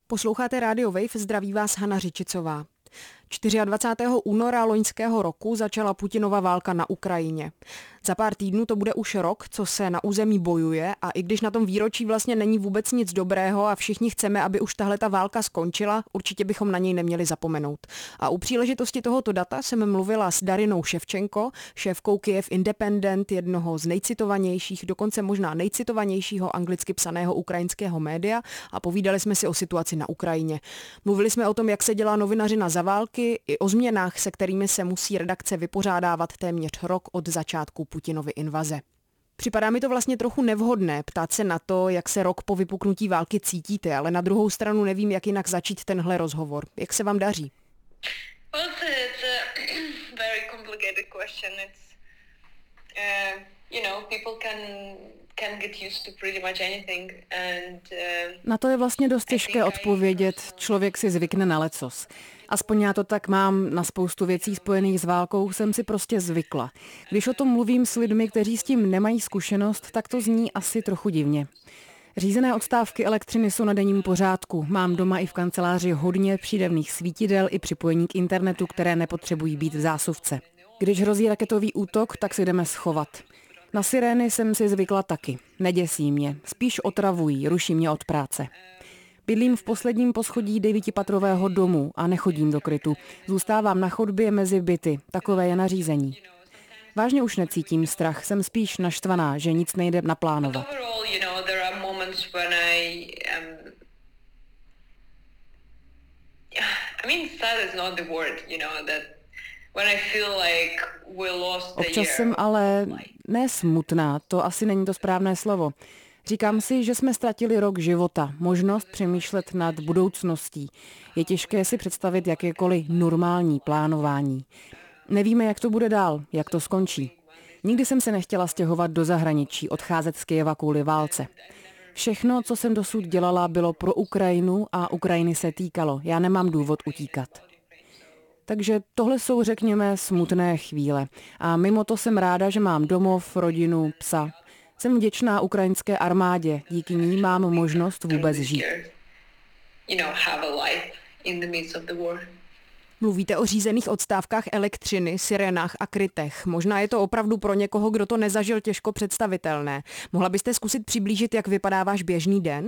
Posloucháte Radio Wave, zdraví vás Hana Řičicová. 24. února loňského roku začala Putinova válka na Ukrajině. Za pár týdnů to bude už rok, co se na území bojuje, a i když na tom výročí vlastně není vůbec nic dobrého a všichni chceme, aby už tahleta válka skončila, určitě bychom na něj neměli zapomenout. A u příležitosti tohoto data jsem mluvila s Darinou Ševčenko, šéfkou Kyiv Independent, jednoho z nejcitovanějších, dokonce možná nejcitovanějšího anglicky psaného ukrajinského média, a povídali jsme si o situaci na Ukrajině. Mluvili jsme o tom, jak se dělá novinařina za války, i o změnách, se kterými se musí redakce vypořádávat téměř rok od začátku Putinovy invaze. Připadá mi to vlastně trochu nevhodné ptát se na to, jak se rok po vypuknutí války cítíte, ale na druhou stranu nevím, jak jinak začít tenhle rozhovor. Jak se vám daří? Well, it's a very complicated question. It's, people can get used to pretty much anything. Na to je vlastně dost těžké odpovědět, člověk si zvykne na lecos. Aspoň já to tak mám, na spoustu věcí spojených s válkou jsem si prostě zvykla. Když o tom mluvím s lidmi, kteří s tím nemají zkušenost, tak to zní asi trochu divně. Řízené odstávky elektřiny jsou na denním pořádku. Mám doma i v kanceláři hodně přídavných svítidel i připojení k internetu, které nepotřebují být v zásuvce. Když hrozí raketový útok, tak si jdeme schovat. Na sirény jsem si zvykla taky. Neděsí mě, spíš otravují, ruší mě od práce. Bydlím v posledním poschodí 9patrového domu a nechodím do krytu. Zůstávám na chodbě mezi byty, takové je nařízení. Vážně už necítím strach, jsem spíš naštvaná, že nic nejde naplánovat. Občas jsem ale ne smutná, to asi není to správné slovo. Říkám si, že jsme ztratili rok života, možnost přemýšlet nad budoucností. Je těžké si představit jakékoliv normální plánování. Nevíme, jak to bude dál, jak to skončí. Nikdy jsem se nechtěla stěhovat do zahraničí, odcházet z Kyjeva kvůli válce. Všechno, co jsem dosud dělala, bylo pro Ukrajinu a Ukrajiny se týkalo. Já nemám důvod utíkat. Takže tohle jsou, řekněme, smutné chvíle. A mimo to jsem ráda, že mám domov, rodinu, psa. Jsem vděčná ukrajinské armádě, díky ní mám možnost vůbec žít. Mluvíte o řízených odstávkách elektřiny, sirénách a krytech. Možná je to opravdu pro někoho, kdo to nezažil, těžko představitelné. Mohla byste zkusit přiblížit, jak vypadá váš běžný den?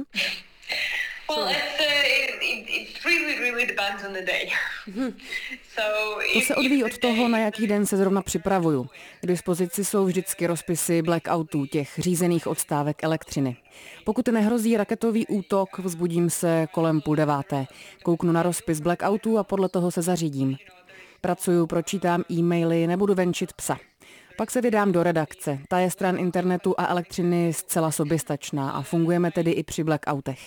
To se odvíjí od toho, na jaký den se zrovna připravuju. K dispozici jsou vždycky rozpisy blackoutů, těch řízených odstávek elektřiny. Pokud nehrozí raketový útok, vzbudím se kolem 8:30. Kouknu na rozpis blackoutů a podle toho se zařídím. Pracuju, pročítám e-maily, nebudu venčit psa. Pak se vydám do redakce. Ta je stran internetu a elektřiny zcela soběstačná a fungujeme tedy i při blackoutech.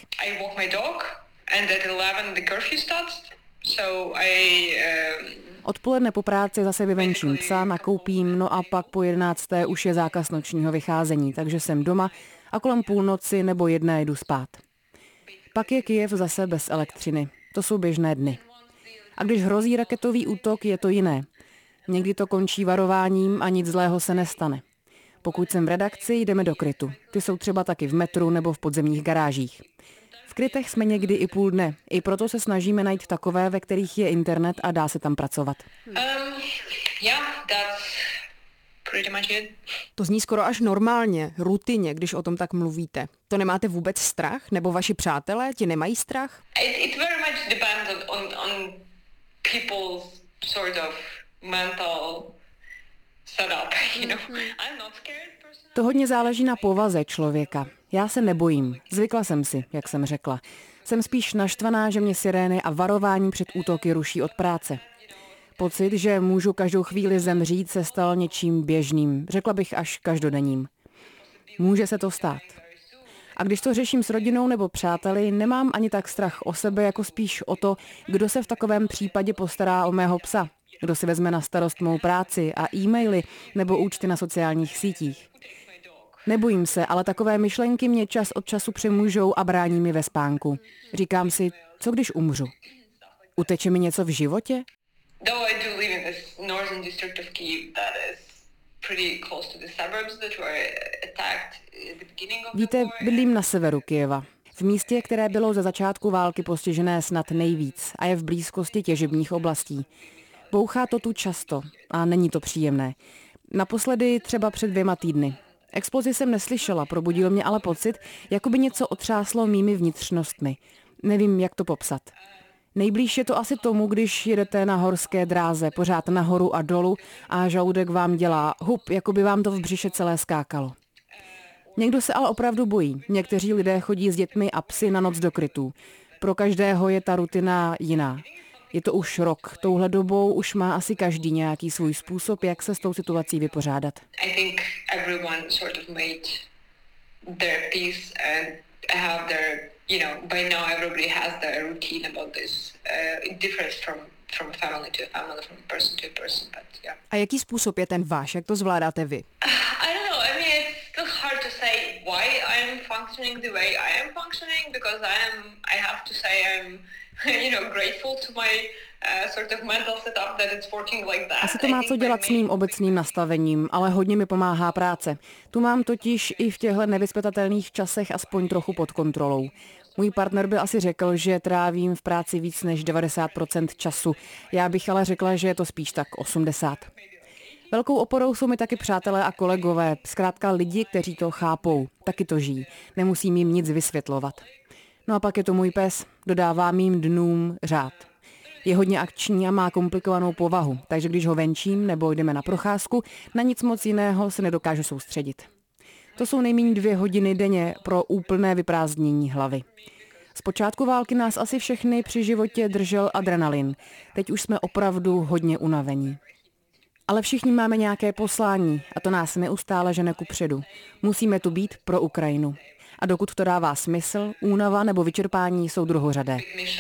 Odpoledne po práci zase vyvenčím psa, nakoupím, no a pak po 11. už je zákaz nočního vycházení, takže jsem doma a kolem půlnoci nebo 1 jdu spát. Pak je Kyjev zase bez elektřiny. To jsou běžné dny. A když hrozí raketový útok, je to jiné. Někdy to končí varováním a nic zlého se nestane. Pokud jsem v redakci, jdeme do krytu. Ty jsou třeba taky v metru nebo v podzemních garážích. V krytech jsme někdy i půl dne. I proto se snažíme najít takové, ve kterých je internet a dá se tam pracovat. To zní skoro až normálně, rutině, když o tom tak mluvíte. To nemáte vůbec strach? Nebo vaši přátelé, ti nemají strach? It very much depends on people's sort of mental setup, I'm not scared. To hodně záleží na povaze člověka. Já se nebojím. Zvykla jsem si, jak jsem řekla. Jsem spíš naštvaná, že mě sirény a varování před útoky ruší od práce. Pocit, že můžu každou chvíli zemřít, se stal něčím běžným, řekla bych až každodenním. Může se to stát. A když to řeším s rodinou nebo přáteli, nemám ani tak strach o sebe, jako spíš o to, kdo se v takovém případě postará o mého psa, kdo si vezme na starost mou práci a e-maily nebo účty na sociálních sítích. Nebojím se, ale takové myšlenky mě čas od času přemůžou a brání mi ve spánku. Říkám si, co když umřu? Uteče mi něco v životě? Víte, bydlím na severu Kyjeva. v místě, které bylo ze začátku války postižené snad nejvíc a je v blízkosti těžebních oblastí. Bouchá to tu často a není to příjemné. Naposledy třeba před 2 týdny. Explozi jsem neslyšela, probudil mě ale pocit, jako by něco otřáslo mými vnitřnostmi. Nevím, jak to popsat. Nejblíž je to asi tomu, když jedete na horské dráze, pořád nahoru a dolů a žaludek vám dělá hup, jako by vám to v břiše celé skákalo. Někdo se ale opravdu bojí. Někteří lidé chodí s dětmi a psy na noc do krytů. Pro každého je ta rutina jiná. Je to už rok. Touhle dobou už má asi každý nějaký svůj způsob, jak se s tou situací vypořádat. I think everyone sort of made their peace and have their, by now everybody has their routine about this. It differs from family to family, from person to person, but yeah. A jaký způsob je ten váš? Jak to zvládáte vy? I don't know. I mean, it's still hard to say why I'm functioning the way I am functioning, because I have to say I'm grateful to my sort of mental setup that it's working like that. Asi to má co dělat s mým obecným nastavením, ale hodně mi pomáhá práce. Tu mám totiž i v těchto nevyzpytatelných časech aspoň trochu pod kontrolou. Můj partner by asi řekl, že trávím v práci víc než 90% času. Já bych ale řekla, že je to spíš tak 80%. Velkou oporou jsou mi taky přátelé a kolegové, zkrátka lidi, kteří to chápou, taky to žijí, nemusím jim nic vysvětlovat. No a pak je to můj pes, dodává mým dnům řád. Je hodně akční a má komplikovanou povahu, takže když ho venčím nebo jdeme na procházku, na nic moc jiného se nedokážu soustředit. To jsou nejméně 2 hodiny denně pro úplné vyprázdnění hlavy. Z počátku války nás asi všechny při životě držel adrenalin. Teď už jsme opravdu hodně unavení. Ale všichni máme nějaké poslání a to nás neustále žene kupředu. Musíme tu být pro Ukrajinu. A dokud to dává smysl, únava nebo vyčerpání jsou druhořadé.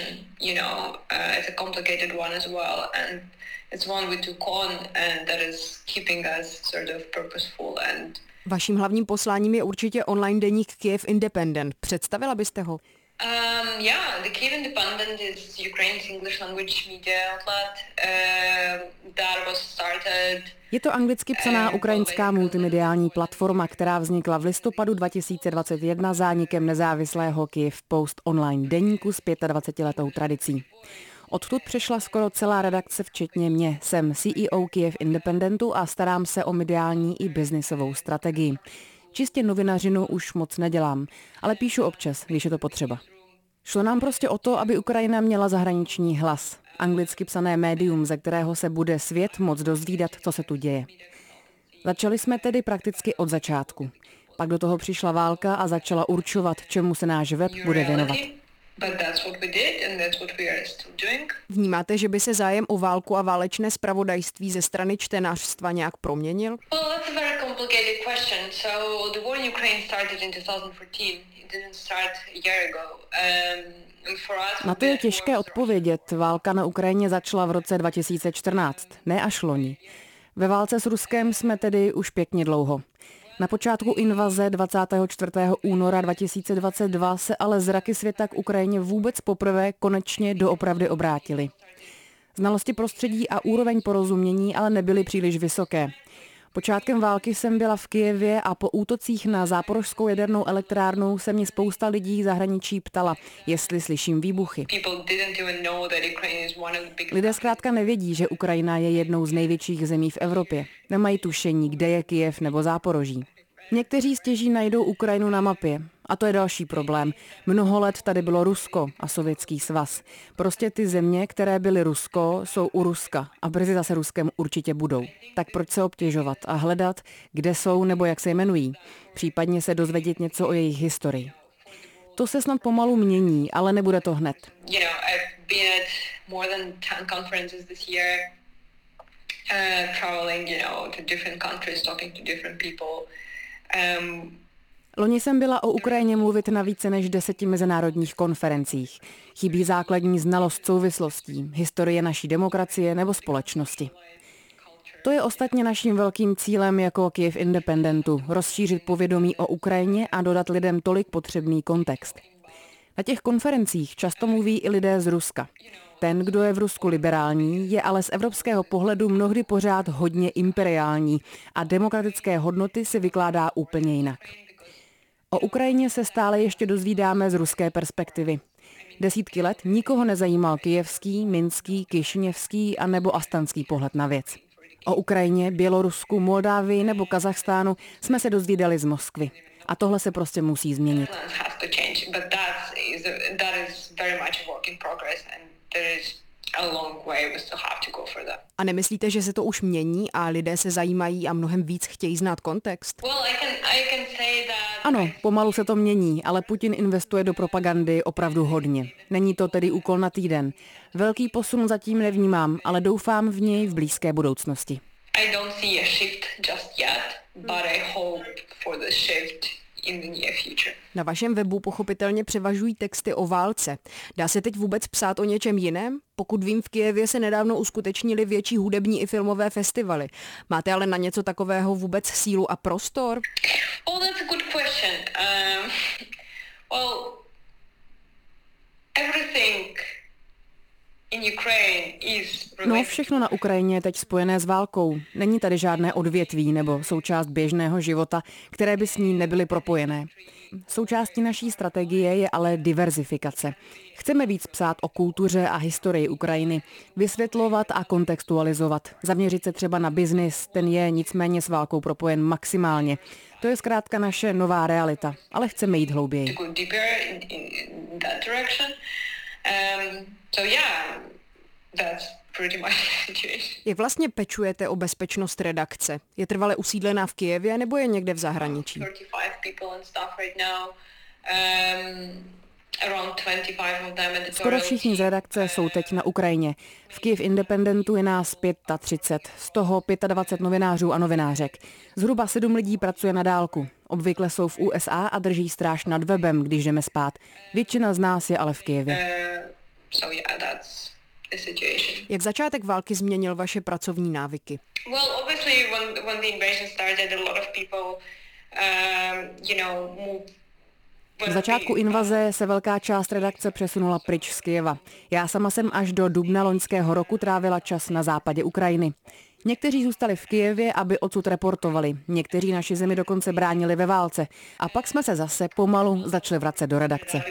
Vaším hlavním posláním je určitě online deník Kyiv Independent. Představila byste ho? The Kyiv Independent is Ukraine's English language media outlet that was started. Je to anglicky psaná ukrajinská multimediální platforma, která vznikla v listopadu 2021 zánikem nezávislého Kyiv Post online deníku s 25letou tradicí. Odtud přešla skoro celá redakce, včetně mě. Jsem CEO Kyiv Independentu a starám se o mediální i biznisovou strategii. Čistě novinařinu už moc nedělám, ale píšu občas, když je to potřeba. Šlo nám prostě o to, aby Ukrajina měla zahraniční hlas. Anglicky psané médium, ze kterého se bude svět moc dozvídat, co se tu děje. Začali jsme tedy prakticky od začátku. Pak do toho přišla válka a začala určovat, čemu se náš web bude věnovat. Vnímáte, že by se zájem o válku a válečné zpravodajství ze strany čtenářstva nějak proměnil? Na to je těžké odpovědět. Válka na Ukrajině začala v roce 2014, ne až loni. Ve válce s Ruskem jsme tedy už pěkně dlouho. Na počátku invaze 24. února 2022 se ale zraky světa k Ukrajině vůbec poprvé konečně doopravdy obrátily. Znalosti prostředí a úroveň porozumění ale nebyly příliš vysoké. Počátkem války jsem byla v Kyjevě a po útocích na záporožskou jadernou elektrárnu se mě spousta lidí zahraničí ptala, jestli slyším výbuchy. Lidé zkrátka nevědí, že Ukrajina je jednou z největších zemí v Evropě. Nemají tušení, kde je Kyjev nebo Záporoží. Někteří stěží najdou Ukrajinu na mapě. A to je další problém. Mnoho let tady bylo Rusko a Sovětský svaz. Prostě ty země, které byly Rusko, jsou u Ruska a brzy zase Ruskem určitě budou. Tak proč se obtěžovat a hledat, kde jsou nebo jak se jmenují? Případně se dozvědět něco o jejich historii. To se snad pomalu mění, ale nebude to hned. Loni jsem byla o Ukrajině mluvit na více než 10 mezinárodních konferencích. Chybí základní znalost souvislostí, historie naší demokracie nebo společnosti. To je ostatně naším velkým cílem jako Kyiv Independentu, rozšířit povědomí o Ukrajině a dodat lidem tolik potřebný kontext. Na těch konferencích často mluví i lidé z Ruska. Ten, kdo je v Rusku liberální, je ale z evropského pohledu mnohdy pořád hodně imperiální a demokratické hodnoty si vykládá úplně jinak. O Ukrajině se stále ještě dozvídáme z ruské perspektivy. Desítky let nikoho nezajímal kyjevský, minský, kišiněvský a nebo astanský pohled na věc. O Ukrajině, Bělorusku, Moldávii nebo Kazachstánu jsme se dozvídali z Moskvy. A tohle se prostě musí změnit. A nemyslíte, že se to už mění a lidé se zajímají a mnohem víc chtějí znát kontext? Ano, pomalu se to mění, ale Putin investuje do propagandy opravdu hodně. Není to tedy úkol na týden. Velký posun zatím nevnímám, ale doufám v něj v blízké budoucnosti. Na vašem webu pochopitelně převažují texty o válce. Dá se teď vůbec psát o něčem jiném? Pokud vím, v Kyjevě se nedávno uskutečnily větší hudební i filmové festivaly. Máte ale na něco takového vůbec sílu a prostor? Oh, that's a good question. Everything in Ukraine is related. No, všechno na Ukrajině je teď spojené s válkou. Není tady žádné odvětví nebo součást běžného života, které by s ní nebyly propojené. Součástí naší strategie je ale diverzifikace. Chceme víc psát o kultuře a historii Ukrajiny, vysvětlovat a kontextualizovat. Zaměřit se třeba na biznis, ten je nicméně s válkou propojen maximálně. To je zkrátka naše nová realita, ale chceme jít hlouběji. Jak vlastně pečujete o bezpečnost redakce? Je trvale usídlená v Kyjevě nebo je někde v zahraničí? Skoro všichni z redakce jsou teď na Ukrajině. V Kyiv Independentu je nás 35, z toho 25 novinářů a novinářek. Zhruba 7 lidí pracuje na dálku. Obvykle jsou v USA a drží stráž nad webem, když jdeme spát. Většina z nás je ale v Kyjevě. Jak začátek války změnil vaše pracovní návyky? V začátku invaze se velká část redakce přesunula pryč z Kyjeva. Já sama jsem až do dubna loňského roku trávila čas na západě Ukrajiny. Někteří zůstali v Kyjevě, aby odsud reportovali. Někteří naši zemi dokonce bránili ve válce. A pak jsme se zase pomalu začali vracet do redakce.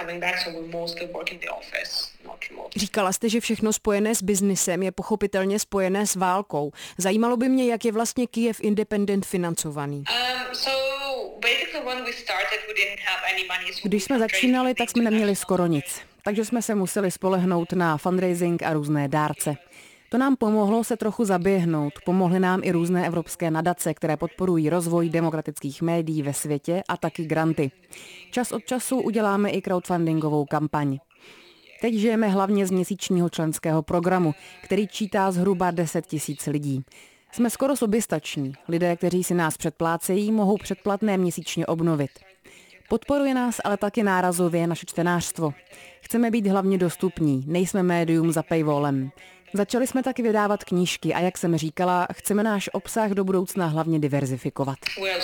Říkala jste, že všechno spojené s biznisem je pochopitelně spojené s válkou. Zajímalo by mě, jak je vlastně Kyiv Independent financovaný. Když jsme začínali, tak jsme neměli skoro nic. Takže jsme se museli spolehnout na fundraising a různé dárce. To nám pomohlo se trochu zaběhnout. Pomohly nám i různé evropské nadace, které podporují rozvoj demokratických médií ve světě a taky granty. Čas od času uděláme i crowdfundingovou kampaň. Teď žijeme hlavně z měsíčního členského programu, který čítá zhruba 10 000 lidí. Jsme skoro soběstační. Lidé, kteří si nás předplácejí, mohou předplatné měsíčně obnovit. Podporuje nás ale taky nárazově naše čtenářstvo. Chceme být hlavně dostupní, nejsme médium za paywallem. Začali jsme taky vydávat knížky a jak jsem říkala, chceme náš obsah do budoucna hlavně diverzifikovat.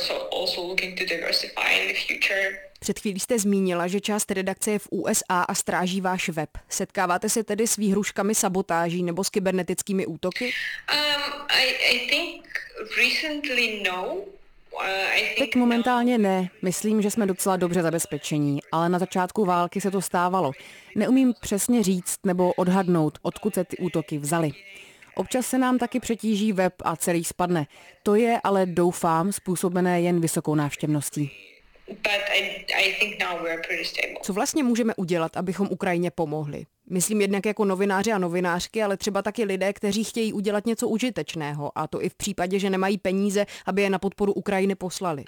Před chvílí jste zmínila, že část redakce je v USA a stráží váš web. Setkáváte se tedy s výhruškami sabotáží nebo s kybernetickými útoky? Teď momentálně ne. Myslím, že jsme docela dobře zabezpečení, ale na začátku války se to stávalo. Neumím přesně říct nebo odhadnout, odkud se ty útoky vzaly. Občas se nám taky přetíží web a celý spadne. To je ale, doufám, způsobené jen vysokou návštěvností. Co vlastně můžeme udělat, abychom Ukrajině pomohli? Myslím jednak jako novináři a novinářky, ale třeba taky lidé, kteří chtějí udělat něco užitečného, a to i v případě, že nemají peníze, aby je na podporu Ukrajiny poslali.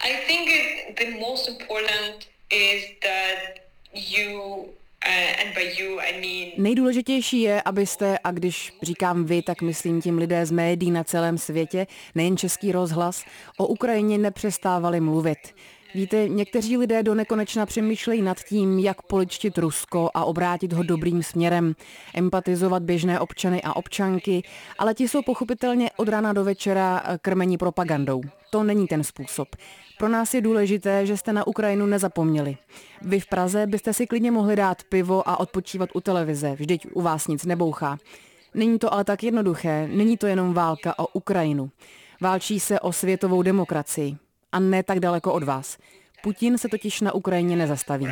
Nejdůležitější je, abyste, a když říkám vy, tak myslím tím lidé z médií na celém světě, nejen Český rozhlas, o Ukrajině nepřestávali mluvit. Víte, někteří lidé do nekonečna přemýšlejí nad tím, jak poličtit Rusko a obrátit ho dobrým směrem, empatizovat běžné občany a občanky, ale ti jsou pochopitelně od rána do večera krmení propagandou. To není ten způsob. Pro nás je důležité, že jste na Ukrajinu nezapomněli. Vy v Praze byste si klidně mohli dát pivo a odpočívat u televize, vždyť u vás nic nebouchá. Není to ale tak jednoduché, není to jenom válka o Ukrajinu. Válčí se o světovou demokracii. A ne tak daleko od vás. Putin se totiž na Ukrajině nezastaví.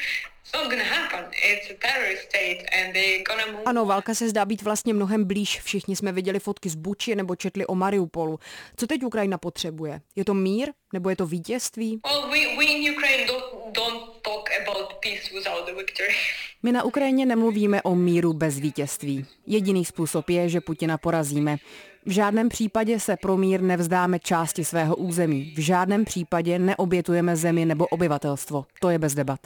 Ano, válka se zdá být vlastně mnohem blíž. Všichni jsme viděli fotky z Buči nebo četli o Mariupolu. Co teď Ukrajina potřebuje? Je to mír nebo je to vítězství? My na Ukrajině nemluvíme o míru bez vítězství. Jediný způsob je, že Putina porazíme. V žádném případě se pro mír nevzdáme části svého území. V žádném případě neobětujeme zemi nebo obyvatelstvo. To je bez debat.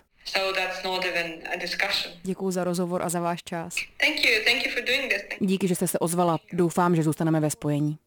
Děkuji za rozhovor a za váš čas. Thank you for doing this. Díky, že jste se ozvala. Doufám, že zůstaneme ve spojení.